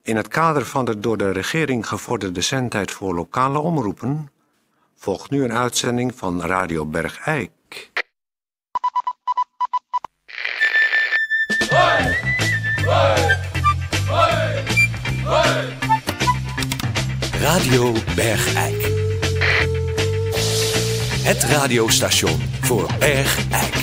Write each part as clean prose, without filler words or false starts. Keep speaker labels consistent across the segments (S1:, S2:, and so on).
S1: In het kader van de door de regering gevorderde zendtijd voor lokale omroepen volgt nu een uitzending van Radio Bergijk.
S2: Hoi, hoi, hoi, hoi.
S3: Radio Bergijk. Het radiostation voor Bergijk.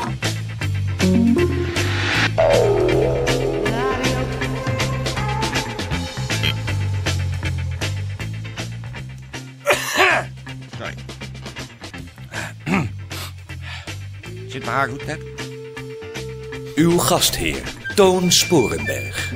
S4: Zit mijn haar goed net?
S3: Uw gastheer, Toon Sporenberg.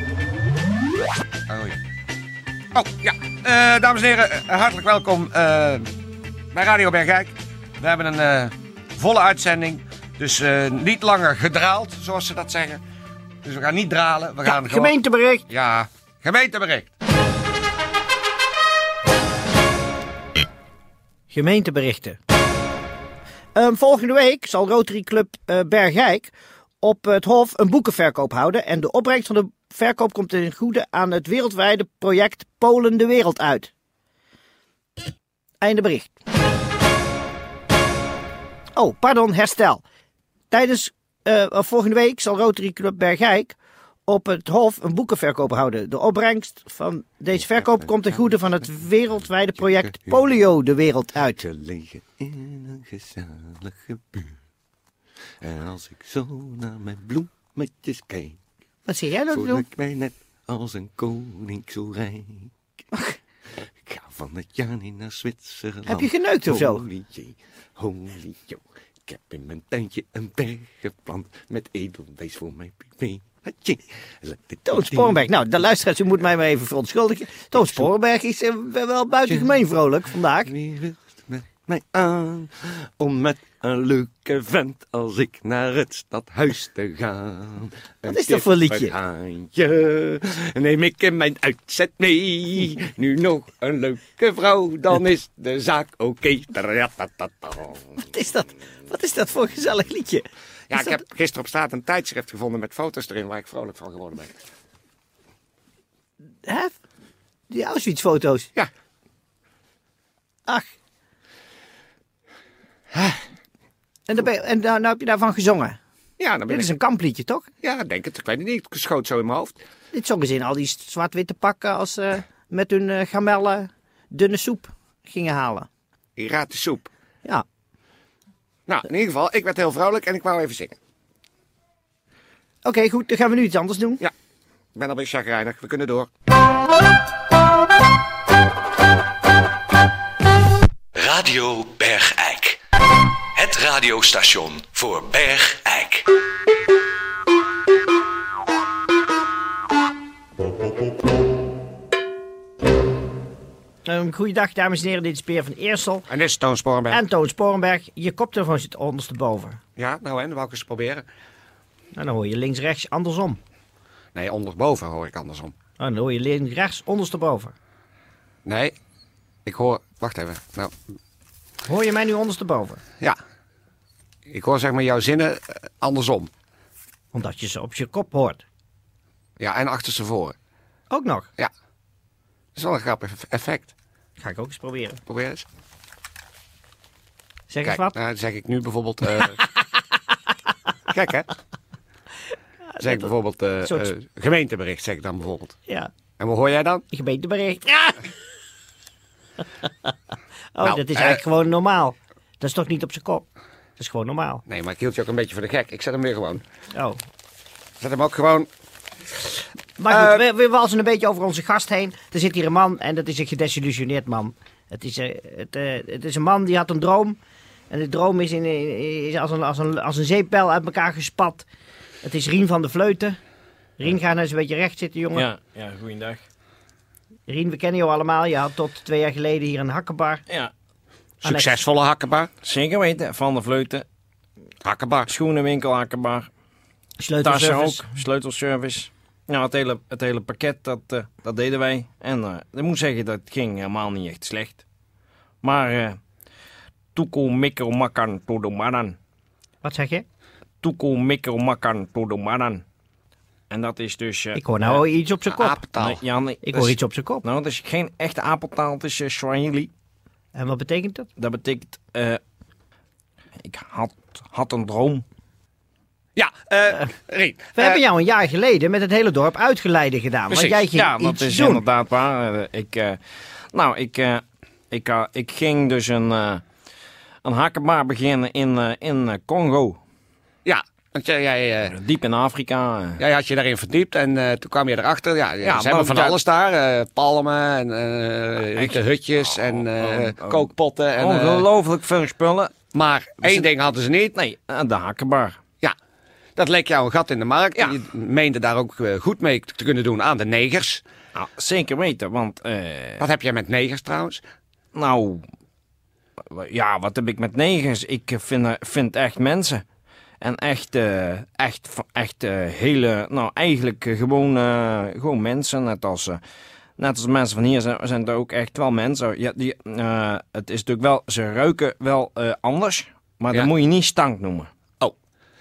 S4: Dames en heren, hartelijk welkom bij Radio Bergijk. We hebben een volle uitzending, dus niet langer gedraald, zoals ze dat zeggen. Dus we gaan niet dralen. We gaan gewoon...
S5: Gemeentebericht.
S4: Ja, gemeentebericht.
S5: Gemeenteberichten. Volgende week zal Rotary Club Bergijk op het Hof een boekenverkoop houden. En de opbrengst van de verkoop komt ten goede aan het wereldwijde project Polen de wereld uit. Einde bericht. Oh, pardon, herstel. Tijdens volgende week zal Rotary Club Bergijk op het Hof een boekenverkoop houden. De opbrengst van deze verkoop komt ten goede van het wereldwijde project Polio de wereld uit.
S6: Gelegen in een gezellige buurt. En als ik zo naar mijn bloemetjes kijk,
S5: Wat zeg jij nou
S6: voel
S5: doen?
S6: ik mij net als een koning zo rijk. Ik ga van het jaar niet naar Zwitserland.
S5: Heb je geneukt of zo?
S6: Holy jee, holy joh. Ik heb in mijn tuintje een berg geplant met edelwijs voor mijn privé.
S5: Toon Sporenberg. Nou, de luisteraars, u moet mij maar even verontschuldigen. Toon Sporenberg is wel buitengemeen vrolijk vandaag.
S6: Wie rukt met mij aan om met een leuke vent als ik naar het stadhuis te gaan?
S5: Wat is dat voor liedje?
S6: Haantje, neem ik in mijn uitzet mee. Nu nog een leuke vrouw, dan is de zaak oké.
S5: Wat is dat voor gezellig liedje?
S4: Ja,
S5: Is
S4: ik heb gisteren op straat een tijdschrift gevonden met foto's erin waar ik vrolijk van geworden ben.
S5: Hè? Die Auschwitz-foto's?
S4: Ja.
S5: Ach. En nou heb je daarvan gezongen?
S4: Ja, dan ben
S5: Dit
S4: ik...
S5: is een kampliedje, toch?
S4: Ja, denk het. Ik weet het niet. Ik schoot zo in mijn hoofd.
S5: Dit zongen ze in al die zwart-witte pakken als ze met hun gamellen dunne soep gingen halen.
S4: Je raadt de soep.
S5: Ja.
S4: Nou, in ieder geval, ik werd heel vrolijk en ik wou even zingen.
S5: Oké, goed. Dan gaan we nu iets anders doen.
S4: Ja, ik ben alweer chagrijnig. We kunnen door.
S3: Radio Bergijk. Het radiostation voor Bergijk.
S5: Goeiedag, dames en heren. Dit is Peer van Eersel.
S4: En dit is Toon Sporenberg.
S5: En Toon Sporenberg. Je koptelefoon zit ondersteboven.
S4: Ja, nou en, wou ik eens proberen.
S5: Nou, dan hoor je links-rechts andersom.
S4: Nee, onderboven hoor ik andersom.
S5: Oh, dan hoor je links-rechts ondersteboven.
S4: Nee, ik hoor... Wacht even. Nou,
S5: Hoor je mij nu ondersteboven?
S4: ja. Ik hoor zeg maar jouw zinnen andersom.
S5: Omdat je ze op je kop hoort.
S4: Ja, en achterstevoren.
S5: Ook nog.
S4: Ja. Dat is wel een grappig effect.
S5: Ga ik ook eens proberen.
S4: Probeer eens.
S5: Zeg eens
S4: Kijk,
S5: wat.
S4: nou, dan zeg ik nu bijvoorbeeld... Gek, hè? Zeg ik bijvoorbeeld gemeentebericht, zeg ik dan bijvoorbeeld.
S5: Ja,
S4: En wat hoor jij dan?
S5: gemeentebericht. Ja! Oh,
S4: Nou,
S5: dat is eigenlijk gewoon normaal. Dat is toch niet op zijn kop? Dat is gewoon normaal.
S4: Nee, maar ik hield je ook een beetje voor de gek. Ik zet hem weer gewoon.
S5: Oh.
S4: Ik zet hem ook gewoon...
S5: Maar goed, we walsen een beetje over onze gast heen. Er zit hier een man en dat is een gedesillusioneerd man. Het is een man die had een droom. En de droom is als een zeepbel uit elkaar gespat. Het is Rien van de Vleuten. Rien, ga nou eens een beetje recht zitten, jongen.
S7: Ja, goeiedag.
S5: Rien, we kennen jou allemaal. Je had tot 2 jaar geleden hier een hakkenbar.
S7: Ja,
S4: Succesvolle hakkenbar.
S7: zeker weten. Van de Vleuten.
S4: Hakkenbar.
S7: Schoenenwinkel, hakkenbar. Tassen
S5: Sleutelservice.
S7: ook. Sleutelservice. Ja, het hele pakket, dat deden wij. En ik moet zeggen, dat ging helemaal niet echt slecht. Maar... Tuku mikro makan todo maran.
S5: Wat zeg je?
S7: Tuku mikro makan todo maran. En dat is dus...
S5: Ik hoor nou iets op zijn kop.
S4: Aaptaal.
S7: Nee,
S5: Ik
S7: dat
S5: hoor
S7: is-
S5: iets op zijn kop.
S7: Nou, dat is geen echte Apeltaal, het is Swahili.
S5: En wat betekent dat?
S7: Dat betekent... ik had een droom.
S4: Ja, Rien.
S5: We hebben jou een jaar geleden met het hele dorp uitgeleide gedaan.
S4: Precies.
S5: Want jij ging
S7: Ja, dat
S5: iets
S7: is
S5: doen.
S7: inderdaad waar. Ik ging dus een hakkenbaar beginnen in Congo.
S4: Ja, want jij
S7: Diep in Afrika.
S4: jij had je daarin verdiept en toen kwam je erachter. Ja, ze hebben
S7: nou,
S4: van
S7: ja.
S4: alles daar. Palmen en rieten hutjes en kookpotten. En,
S7: Ongelooflijk veel spullen.
S4: maar één ding hadden ze niet.
S7: Nee, de hakkenbar.
S4: Ja, dat leek jou een gat in de markt.
S7: Ja.
S4: Je meende daar ook goed mee te kunnen doen aan de negers.
S7: Nou, zeker weten, want...
S4: Wat heb jij met negers trouwens?
S7: Nou, ja, wat heb ik met negers? Ik vind echt mensen. En echt hele, nou eigenlijk gewoon mensen. Net als mensen van hier zijn er ook echt wel mensen. Ja, het is natuurlijk wel, ze ruiken wel anders. Maar
S4: Ja.
S7: dat moet je niet stank noemen.
S4: Oh.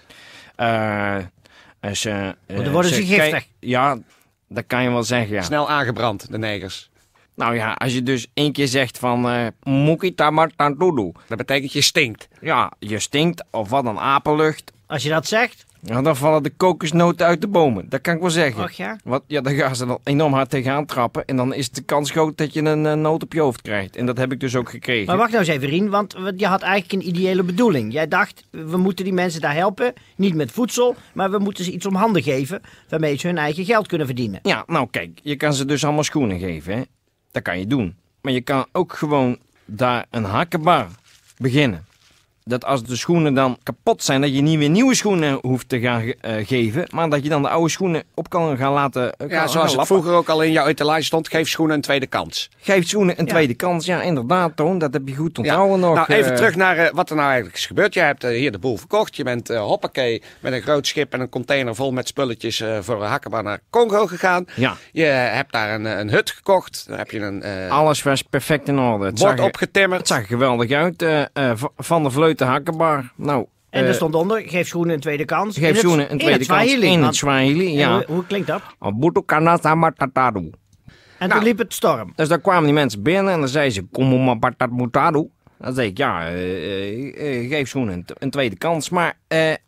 S5: Dan worden ze giftig.
S7: Ja, dat kan je wel zeggen, ja.
S4: Snel aangebrand, de negers.
S7: Nou ja, als je dus één keer zegt van... Mukita martantudu.
S4: Dat betekent je stinkt.
S7: Ja, je stinkt of wat een apenlucht.
S5: Als je dat zegt,
S7: Ja, dan vallen de kokosnoten uit de bomen. Dat kan ik wel zeggen.
S5: ach ja.
S7: Ja, dan gaan ze er enorm hard tegenaan trappen. En dan is de kans groot dat je een noot op je hoofd krijgt. En dat heb ik dus ook gekregen.
S5: Maar wacht nou eens even, Rien, want je had eigenlijk een ideële bedoeling. Jij dacht, we moeten die mensen daar helpen. Niet met voedsel, maar we moeten ze iets om handen geven. Waarmee ze hun eigen geld kunnen verdienen.
S7: Ja, nou kijk, je kan ze dus allemaal schoenen geven. Hè? Dat kan je doen. Maar je kan ook gewoon daar een hakkenbar beginnen. Dat als de schoenen dan kapot zijn, dat je niet weer nieuwe schoenen hoeft te gaan geven. Maar dat je dan de oude schoenen op kan gaan laten
S4: Ja, zoals het vroeger ook al in jouw etalage stond, geef schoenen een tweede kans.
S7: Geef schoenen een tweede kans. Ja, inderdaad, Toon. Dat heb je goed onthouden nog.
S4: Nou, even terug naar wat er nou eigenlijk is gebeurd. Jij hebt hier de boel verkocht. Je bent hoppakee met een groot schip en een container vol met spulletjes voor een hakkenbar naar Congo gegaan.
S7: Ja.
S4: Je hebt daar een hut gekocht. Daar heb je een
S7: Alles was perfect in orde. Het
S4: bord
S7: zag,
S4: opgetimmerd.
S7: het zag er geweldig uit. Van de Vleuten Hakkenbar. Nou,
S5: En er stond onder, geef schoenen een tweede kans.
S7: geef schoenen een tweede kans in het
S5: want-
S7: Swahili.
S5: En
S7: Ja.
S5: hoe klinkt dat?
S7: Buto kanata matataru.
S5: En toen liep het storm.
S7: Dus daar kwamen die mensen binnen en dan zeiden ze, kom maar patat mutadu. Dan zei ik, ja, geef schoenen een tweede kans. Maar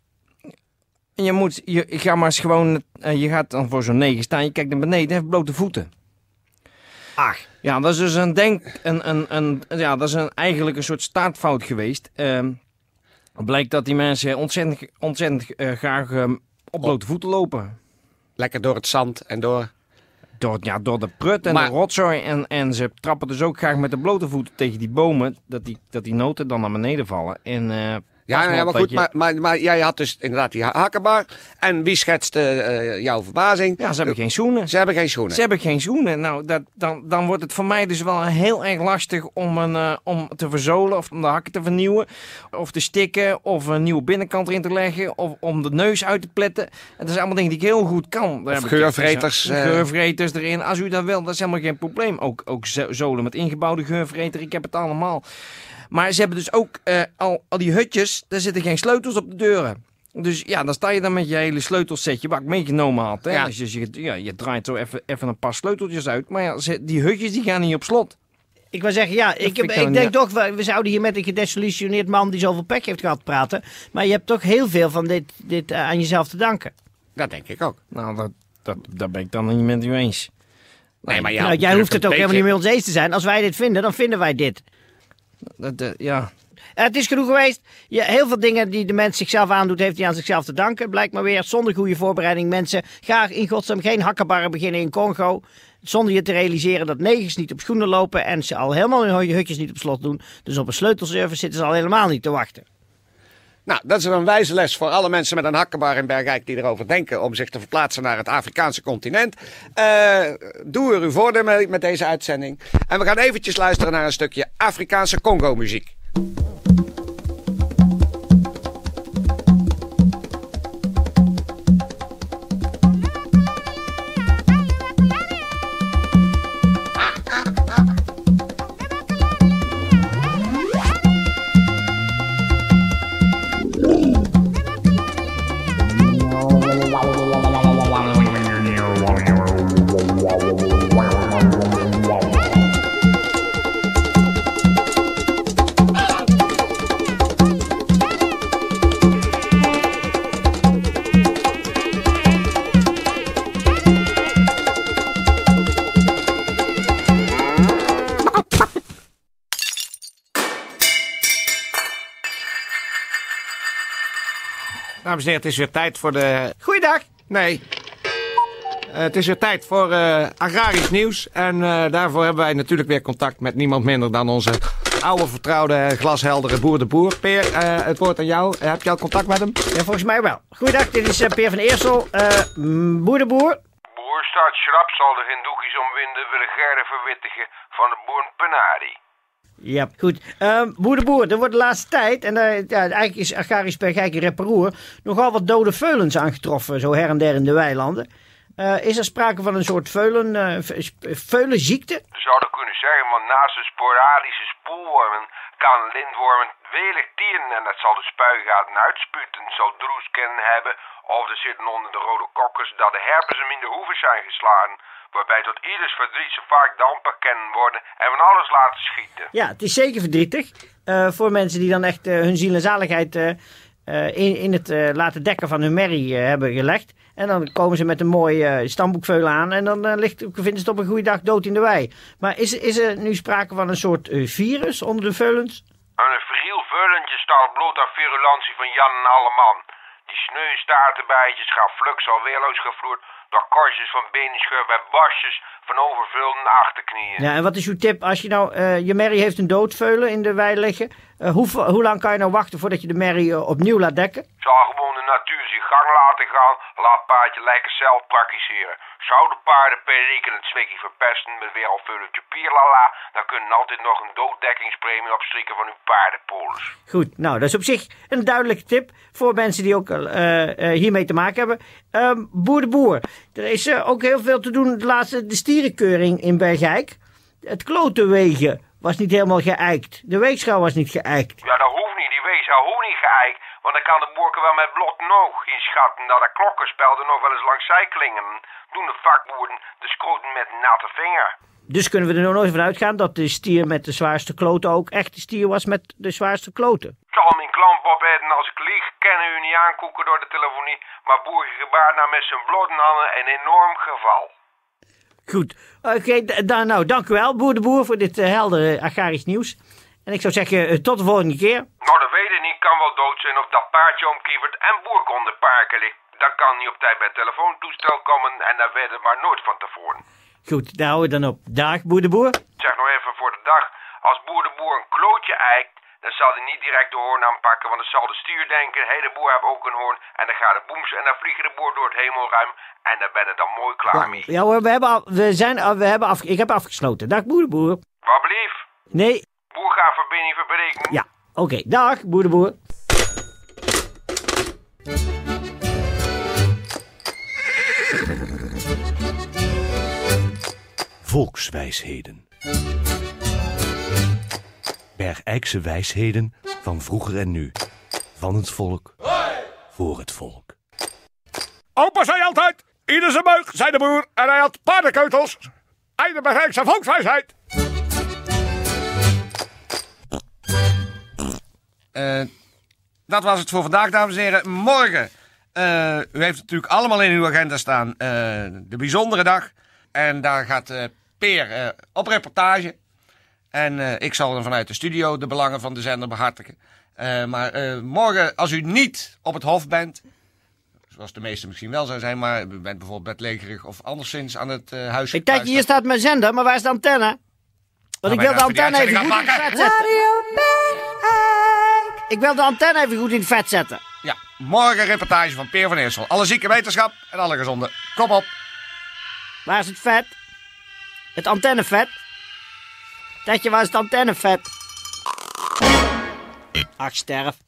S7: je gaat maar eens gewoon, je gaat dan voor zo'n 9 staan, je kijkt naar beneden en heeft blote voeten.
S5: Ach,
S7: Ja, dat is dus dat is eigenlijk een soort startfout geweest. Het blijkt dat die mensen ontzettend graag op blote voeten lopen.
S4: Lekker door het zand en door...
S7: Door de prut en
S4: Maar-
S7: de rotzooi. En ze trappen dus ook graag met de blote voeten tegen die bomen. Dat die noten dan naar beneden vallen. En,
S4: Ja,
S7: pas
S4: ja,
S7: op
S4: maar
S7: dat
S4: goed,
S7: je-
S4: maar jij had dus inderdaad die hakkenbar. En wie schetste jouw verbazing?
S7: Ja, ze hebben geen schoenen.
S4: Ze hebben geen schoenen.
S7: Ze hebben geen schoenen. Nou, dan wordt het voor mij dus wel heel erg lastig om te verzolen of om de hakken te vernieuwen. Of te stikken of een nieuwe binnenkant erin te leggen. Of om de neus uit te pletten. En dat zijn allemaal dingen die ik heel goed kan. Daar heb ik
S4: geurvreters,
S7: geurvreters erin. Als u dat wil, dat is helemaal geen probleem. Ook zolen met ingebouwde geurvreter. Ik heb het allemaal. Maar ze hebben dus ook al die hutjes, daar zitten geen sleutels op de deuren. Dus ja, dan sta je dan met je hele sleutelsetje wat ik meegenomen had. Hè?
S4: Ja.
S7: Dus je draait zo even een paar sleuteltjes uit. Maar ja, die hutjes die gaan niet op slot.
S5: ik wil zeggen, ja,
S7: vind ik
S5: ik
S7: dan
S5: denk
S7: niet-
S5: toch, we zouden hier met een gedesillusioneerd man die zoveel pech heeft gehad praten. Maar je hebt toch heel veel van dit aan jezelf te danken.
S4: Dat denk ik ook.
S7: Nou, dat ben ik dan niet met u eens.
S4: Nee, maar
S5: Nou, jij hoeft het ook helemaal niet met ons eens te zijn. Als wij dit vinden, dan vinden wij dit.
S7: Ja,
S5: Het is genoeg geweest. Heel veel dingen die de mens zichzelf aandoet, heeft hij aan zichzelf te danken. Blijkt maar weer, zonder goede voorbereiding. Mensen, graag in godsnaam geen hakkenbarren beginnen in Congo. Zonder je te realiseren dat negers niet op schoenen lopen. En ze al helemaal hun hutjes niet op slot doen. Dus op een sleutelservice zitten ze al helemaal niet te wachten.
S4: Nou, dat is een wijze les voor alle mensen met een hakkenbar in Bergijk die erover denken om zich te verplaatsen naar het Afrikaanse continent. Doe er uw voordeel mee met deze uitzending. En we gaan eventjes luisteren naar een stukje Afrikaanse Congo-muziek. Dames en heren, het is weer tijd voor de...
S5: Goeiedag.
S4: Nee. Het is weer tijd voor agrarisch nieuws. En daarvoor hebben wij natuurlijk weer contact met niemand minder dan onze oude vertrouwde glasheldere Boer de Boer. Peer, het woord aan jou. Heb je al contact met hem?
S5: Ja, volgens mij wel. Goeiedag, dit is Peer van Eersel. Boer de Boer.
S8: Boer staat schrap, zal er geen doekjes omwinden, wil de gerre verwittigen van de boer Penari.
S5: Ja, goed. Boer de Boer, er wordt de laatste tijd, en eigenlijk is agrarisch Bergijk en Reparoer nogal wat dode veulens aangetroffen, zo her en der in de weilanden. Is er sprake van een soort veulenziekte?
S8: Je zou dat kunnen zeggen, want naast de sporadische spoelwormen kan lintwormen welig tieren en dat zal de spuigaten uitspuiten, zal droes kennen hebben, of er zitten onder de rode kokkers dat de herpes hem in de hoeven zijn geslagen, waarbij tot ieders verdriet ze vaak dampen kennen worden en van alles laten schieten.
S5: Ja, het is zeker verdrietig voor mensen die dan echt hun ziel en zaligheid in het laten dekken van hun merrie hebben gelegd. En dan komen ze met een mooi stamboekveulen aan en dan vinden ze het op een goede dag dood in de wei. Maar is er nu sprake van een soort virus onder de veulens?
S8: Een viriel veulentje staat bloot aan virulentie van Jan en Alleman. Die sneu staartenbijtjes gaan flux al weerloos gevloerd door korstjes van benenschurf en barstjes van overvulde achterknieën.
S5: Ja, en wat is uw tip als je nou, je merrie heeft een doodveulen in de wei liggen? Hoe lang kan je nou wachten voordat je de merrie opnieuw laat dekken?
S8: Zal gewoon de natuur zijn gang laten gaan, laat paardje lekker zelf praktiseren. Zou de paarden per reken het zwikkie verpesten met weer al vulletje pierlala, dan kunnen altijd nog een dooddekkingspremie opstrikken van uw paardenpolis.
S5: Goed, nou dat is op zich een duidelijke tip voor mensen die ook hiermee te maken hebben. Boer de Boer, er is ook heel veel te doen de stierenkeuring in Bergijk. Het klotenwegen was niet helemaal geëikt. De weegschaal was niet geëikt.
S8: Ja, dat hoeft niet. Die weegschaal hoeft niet geëikt. Want dan kan de boerke wel met blot oog inschatten dat dat klokkenspel er nog wel eens langs zij klingen. Doen de vakboeren de skroten met een natte vinger.
S5: Dus kunnen we er nog nooit van uitgaan dat de stier met de zwaarste kloten ook echt de stier was met de zwaarste kloten?
S8: Ik zal mijn klamp opeten als ik lieg. Kennen u niet aankoeken door de telefonie. Maar boerke gebaar nou met zijn blote handen een enorm geval.
S5: Goed. Oké, nou, dank u wel, Boer de Boer, voor dit heldere agrarisch nieuws. En ik zou zeggen, tot de volgende keer.
S8: Nou, dat weet ik niet. Kan wel dood zijn of dat paardje omkievert en boerk onder parken ligt. Dat kan niet op tijd bij het telefoontoestel komen en dat weet het maar nooit van tevoren.
S5: Goed, daar houden we dan op. Dag, Boer de Boer.
S8: Zeg nog even voor de dag. Als Boer de Boer een klootje eikt, dan zal hij niet direct de hoorn aanpakken, want dan zal de stier denken, hé, de boer heeft ook een hoorn. En dan gaat de boems en dan vliegt de boer door het hemelruim en dan ben je dan mooi klaar mee.
S5: Ja hoor, ik heb afgesloten. Dag, Boer de Boer.
S8: Wat blief?
S5: Nee.
S8: Boer gaat verbinding verbreken.
S5: Ja, oké. Dag, Boer de Boer.
S9: Volkswijsheden. Bergijkse wijsheden van vroeger en nu. Van het volk, voor het volk.
S4: Opa zei altijd, ieder zijn beug, zei de boer, en hij had paardenkeutels. Einde Bergijkse volkswijsheid. Dat was het voor vandaag, dames en heren. Morgen, u heeft natuurlijk allemaal in uw agenda staan, de bijzondere dag. En daar gaat Peer op reportage. En ik zal dan vanuit de studio de belangen van de zender behartigen. Maar morgen, als u niet op het Hof bent, zoals de meesten misschien wel zou zijn, maar u bent bijvoorbeeld bedlegerig of anderszins aan het huis.
S5: Ik kijk, hier staat mijn zender, maar waar is de antenne? Want ik wil de antenne even goed in het vet zetten. Ik wil de antenne even goed in het vet zetten.
S4: Ja, morgen reportage van Peer van Eersel. Alle zieke wetenschap en alle gezonde. Kom op.
S5: Waar is het vet? Het antennevet? Tetje, waar is het antennevet? Ach, sterf.